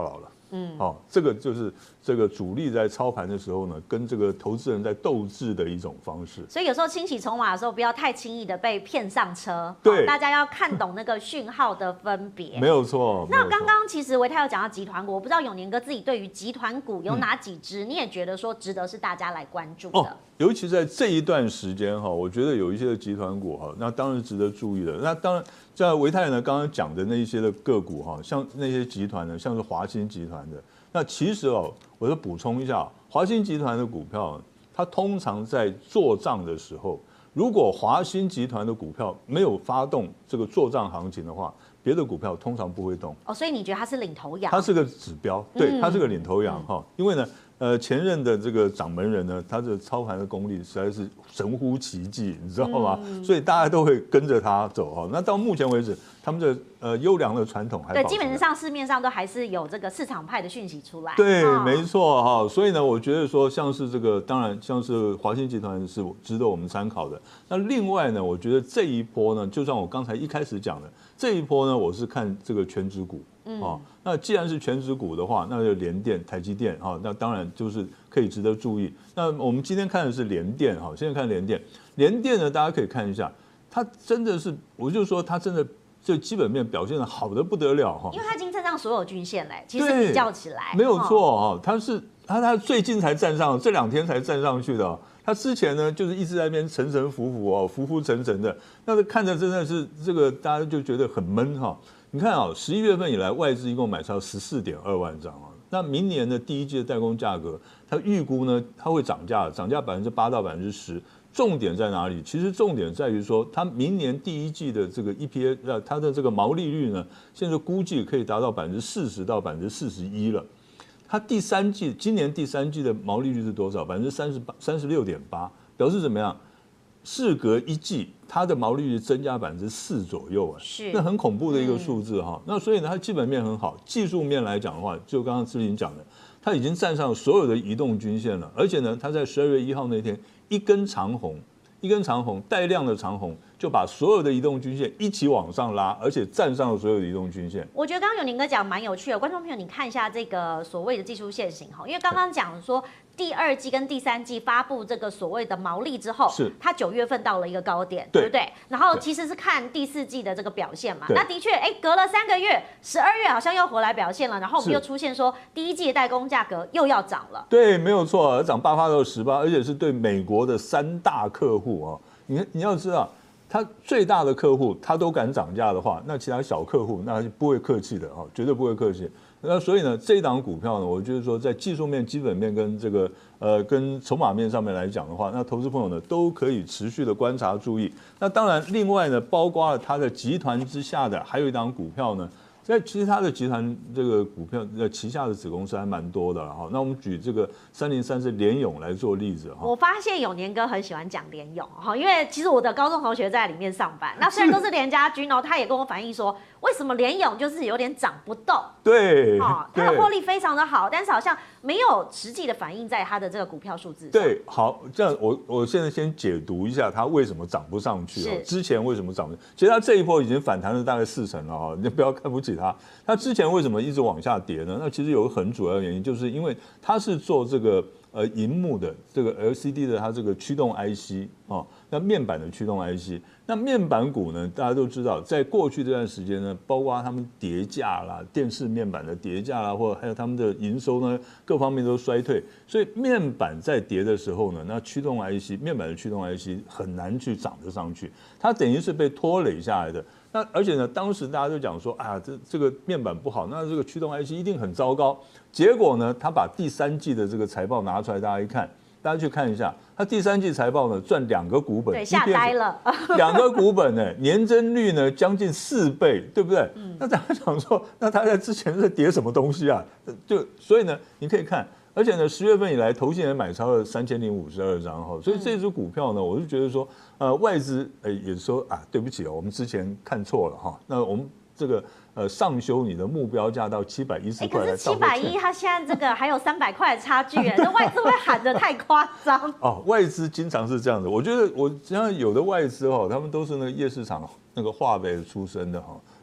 这个就是这个主力在操盘的时候呢，跟这个投资人在斗智的一种方式。 所以有时候清洗筹码的时候，不要太轻易的被骗上车。 对， 大家要看懂那个讯号的分别。 没有错。 那刚刚其实维泰有讲到集团股，我不知道永年哥自己对于集团股有哪几支，你也觉得说值得是大家来关注的？ 尤其在这一段时间我觉得有一些的集团股那当然值得注意的。那当然，在维泰呢刚刚讲的那一些的个股像那些集团呢，像是华兴集团的，那其实我就补充一下，华兴集团的股票，它通常在做账的时候，如果华兴集团的股票没有发动这个做账行情的话，别的股票通常不会动。 所以你觉得它是领头羊？ 它是个指标，对，它是个领头羊因为呢。前任的这个掌门人呢，他的操盘的功力实在是神乎其技，你知道吗？所以大家都会跟着他走那到目前为止，他们的优良的传统还对，基本上市面上都还是有这个市场派的讯息出来。 对，没错所以呢，我觉得说像是这个，当然像是华兴集团是值得我们参考的。那另外呢，我觉得这一波呢，就像我刚才一开始讲的，这一波呢，我是看这个全指股。那既然是全指股的话，那就联电、台积电那当然就是可以值得注意。那我们今天看的是联电现在看联电，联电呢，大家可以看一下，它真的是，我就说它真的这基本面表现的好的不得了因为它已经站上所有均线嘞，其实比较起来没有错它最近才站上，这2天才站上去的它之前呢就是一直在那边沉沉浮浮浮浮沉沉的，那看着真的是这个大家就觉得很闷你看11月份以来，外资一共买超14.2万张那明年的第一季的代工价格，它预估呢，它会涨价8%到10%。重点在哪里？其实重点在于说，它明年第一季的这个 EPS， 它的这个毛利率呢，现在估计可以达到40%到41%了。它今年第三季的毛利率是多少？36.8%，表示怎么样？事隔一季，它的毛利率增加4%左右是那很恐怖的一个数字那所以呢，它基本面很好，技术面来讲的话，就刚刚志玲讲的，它已经站上所有的移动均线了，而且呢，它在12月1号那天一根长红带量的长红，就把所有的移动均线一起往上拉，而且站上了所有的移动均线。 我觉得刚刚永宁哥讲蛮有趣的，观众朋友你看一下这个所谓的技术线型因为刚刚讲说第2季跟第3季发布这个所谓的毛利之后， 是它 9月份到了一个高点，对不对？然后其实是看第4季的这个表现嘛。那的确，隔了3个月，12月好像又回来表现了，然后我们又出现说第一季的代工价格又要涨了。 对，没有错，涨8%到18%，而且是对美国的3大客户你要知道，他最大的客户他都敢涨价的话，那其他小客户那就不会客气的绝对不会客气。那所以呢，这一档股票呢，我觉得说在技术面、基本面跟这个跟筹码面上面来讲的话，那投资朋友呢都可以持续的观察注意。那当然，另外呢，包括了它的集团之下的还有一档股票呢。其实它的集团这个股票旗下的子公司还蛮多的那我们举这个3034联咏来做例子我发现永年哥很喜欢讲联咏因为其实我的高中同学在里面上班，那虽然都是联家军他也跟我反映说，为什么联咏就是有点涨不动？ 对， 它的获利非常的好，但是好像没有实际的反映在它的这个股票数字上。 对，好，这样我现在先解读一下它为什么涨不上去之前为什么涨不？其实它这一波已经反弹了大概40%了你不要看不起它之前为什么一直往下跌呢？那其实有个很主要的原因，就是因为它是做这个萤幕的这个 LCD 的它这个驱动 IC 那面板的驱动 IC， 那面板股呢，大家都知道，在过去这段时间呢，包括他们跌价啦，电视面板的跌价啦，或者还有他们的营收呢，各方面都衰退，所以面板在跌的时候呢，那驱动 IC 面板的驱动 IC 很难去涨得上去，它等于是被拖累下来的。那而且呢，当时大家都讲说这个面板不好，那这个驱动 IC 一定很糟糕。结果呢，他把第3季的这个财报拿出来，大家一看，大家去看一下，他第3季财报呢赚2个股本， 对，吓呆了 ，2个股本呢，年增率呢将近4倍，对不对？那大家想说，那他在之前在跌什么东西啊？所以呢，你可以看。而且呢，10月份以来，投信也买超了3052张所以这支股票呢，我就觉得说，外资也说对不起我们之前看错了那我们这个上修你的目标价到710块来道歉。 可是710，它现在这个还有300块的差距这外资会喊得太夸张外资经常是这样的，我觉得像有的外资他们都是那个夜市场那个化北出身的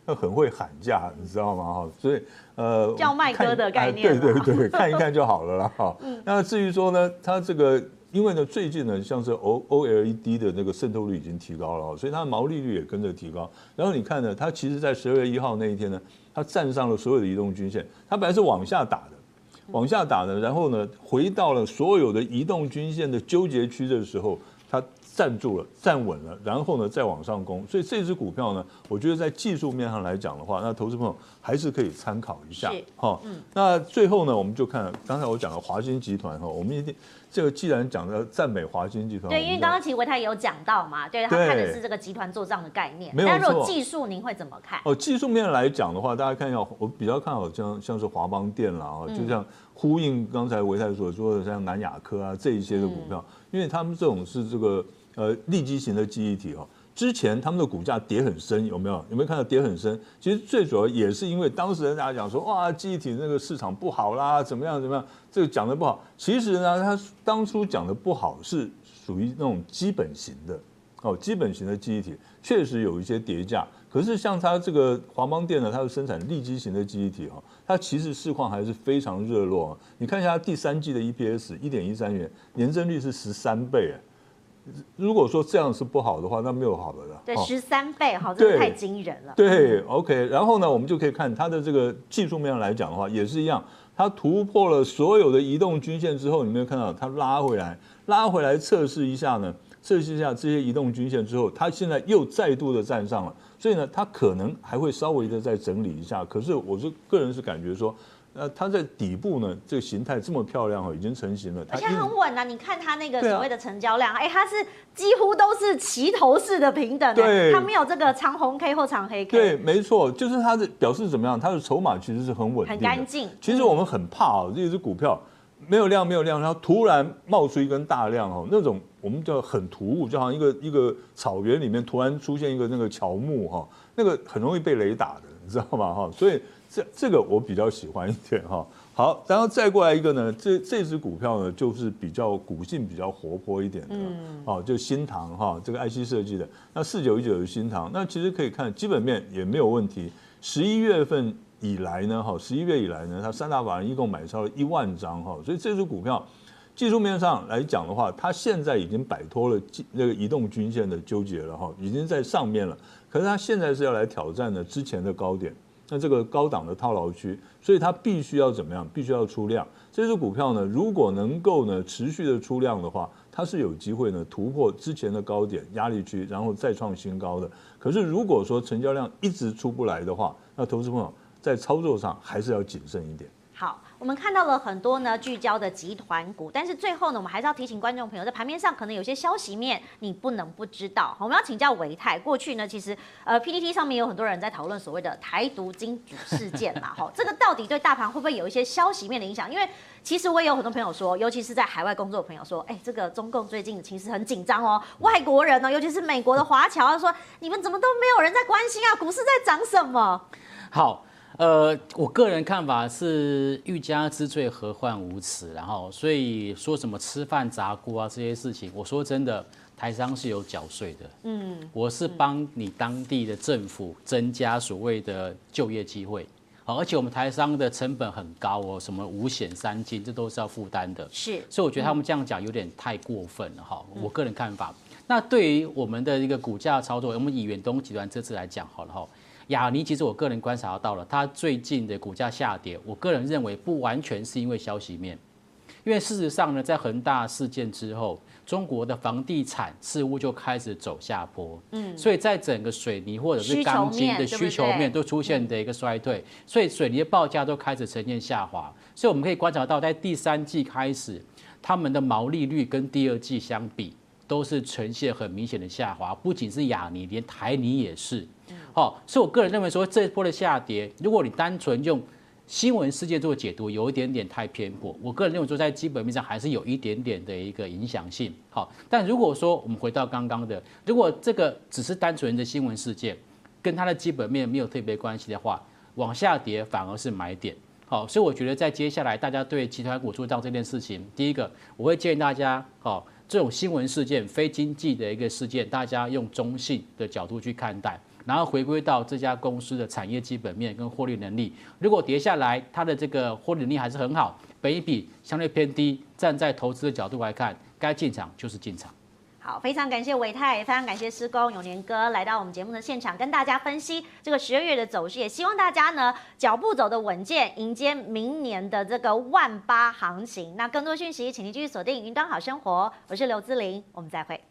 很会喊价，你知道吗？哈，所以叫卖歌的概念， 对，看一看就好了啦。哈，那至于说呢，它这个因为呢最近呢像是 OLED 的那个渗透率已经提高了，所以它的毛利率也跟着提高。然后你看呢，它其实在12月1号那一天呢，它站上了所有的移动均线，它本来是往下打的，然后呢回到了所有的移动均线的纠结区的时候，它站住了，站稳了，然后呢再往上攻，所以这支股票呢，我觉得在技术面上来讲的话，那投资朋友还是可以参考一下。好，那最后呢，我们就看刚才我讲的华兴集团哈，我们一定这个既然讲的赞美华兴集团， 对，因为刚刚其实维泰也有讲到嘛，对他看的是这个集团做账的概念，但如果技术您会怎么看？ 技术面来讲的话，大家看一下，我比较看好像是华邦电啦啊，就像呼应刚才维泰所说的，像南亚科啊这一些的股票，因为他们这种是这个利基型的记忆体哦。之前他们的股价跌很深，有没有看到跌很深？其实最主要也是因为当时大家讲说，哇，记忆体那个市场不好啦，怎么样，这个讲的不好。其实呢，他当初讲的不好是属于那种基本型的，基本型的记忆体确实有一些跌价。可是像它这个华邦电呢，它是生产利基型的记忆体它其实市况还是非常热络。你看一下它第3季的 EPS 1.13元，年增率是13倍。如果说这样是不好的话，那没有好的了。 对，13倍，好，这个太惊人了。 对 ，OK。然后呢，我们就可以看它的这个技术面来讲的话，也是一样，它突破了所有的移动均线之后，你没有看到它拉回来测试一下这些移动均线之后，它现在又再度的站上了，所以呢，它可能还会稍微的再整理一下。可是我个人是感觉说。它在底部呢，这个形态这么漂亮已经成型了， 而且很稳啊！你看它那个所谓的成交量，它是几乎都是齐头式的平等， 对， 它没有这个长红 K 或长黑 K。 对，没错，就是它的表示怎么样？它的筹码其实是很稳定、 很干净。 其实我们很怕这只股票没有量，然后突然冒出一根大量那种我们叫很突兀，就好像一个草原里面突然出现一个那个乔木那个很容易被雷打的，你知道吗？所以。这个我比较喜欢一点好，然后再过来一个呢，这只股票呢就是比较股性比较活泼一点的，就新唐这个 IC 设计的，那4919的新唐，那其实可以看基本面也没有问题。11月份以来呢，11月以来呢，它3大法人一共买超了1万张所以这只股票技术面上来讲的话，它现在已经摆脱了那个移动均线的纠结了已经在上面了，可是它现在是要来挑战呢之前的高点。那这个高档的套牢区，所以它必须要怎么样？必须要出量。这只股票呢，如果能够呢持续的出量的话，它是有机会呢突破之前的高点压力区，然后再创新高的。可是如果说成交量一直出不来的话，那投资朋友在操作上还是要谨慎一点。 好，我们看到了很多呢聚焦的集团股，但是最后呢，我们还是要提醒观众朋友，在盘面上可能有些消息面你不能不知道。我们要请教维泰，过去呢，其实PTT 上面有很多人在讨论所谓的台独金主事件啦，这个到底对大盘会不会有一些消息面的影响？因为其实我也有很多朋友说，尤其是在海外工作的朋友说，这个中共最近其实很紧张外国人呢，尤其是美国的华侨，他说你们怎么都没有人在关心啊，股市在涨什么？ 好。我个人看法是欲加之罪，何患无辞。然后，所以说什么吃饭砸锅啊这些事情，我说真的，台商是有缴税的。我是帮你当地的政府增加所谓的就业机会。而且我们台商的成本很高什么5险3金，这都是要负担的。 是， 所以我觉得他们这样讲有点太过分了我个人看法。那对于我们的一个股价操作，我们以远东集团这次来讲好了亚尼其实我个人观察到了，它最近的股价下跌，我个人认为不完全是因为消息面，因为事实上呢，在恒大事件之后，中国的房地产似乎就开始走下坡，所以在整个水泥或者是钢筋的需求面都出现的一个衰退，所以水泥的报价都开始呈现下滑，所以我们可以观察到，在第3季开始，他们的毛利率跟第2季相比，都是呈现很明显的下滑，不仅是亚泥，连台泥也是。所以我个人认为说，这一波的下跌，如果你单纯用新闻事件做解读，有一点点太偏颇。我个人认为说，在基本面上还是有一点点的一个影响性。但如果说我们回到刚刚的，如果这个只是单纯的新闻事件，跟它的基本面没有特别关系的话，往下跌反而是买点。所以我觉得在接下来大家对集团股做账这件事情，第一个我会建议大家，这种新闻事件、非经济的一个事件，大家用中性的角度去看待。 然后回归到这家公司的产业基本面跟获利能力。如果跌下来，它的这个获利能力还是很好，本益比相对偏低，站在投资的角度来看，该进场就是进场。 好，非常感谢伟泰，也非常感谢施工永年哥来到我们节目的现场，跟大家分析这个12月的走势，也希望大家呢脚步走得稳健，迎接明年的这个18000行情。那更多讯息，请您继续锁定《云端好生活》，我是刘姿玲，我们再会。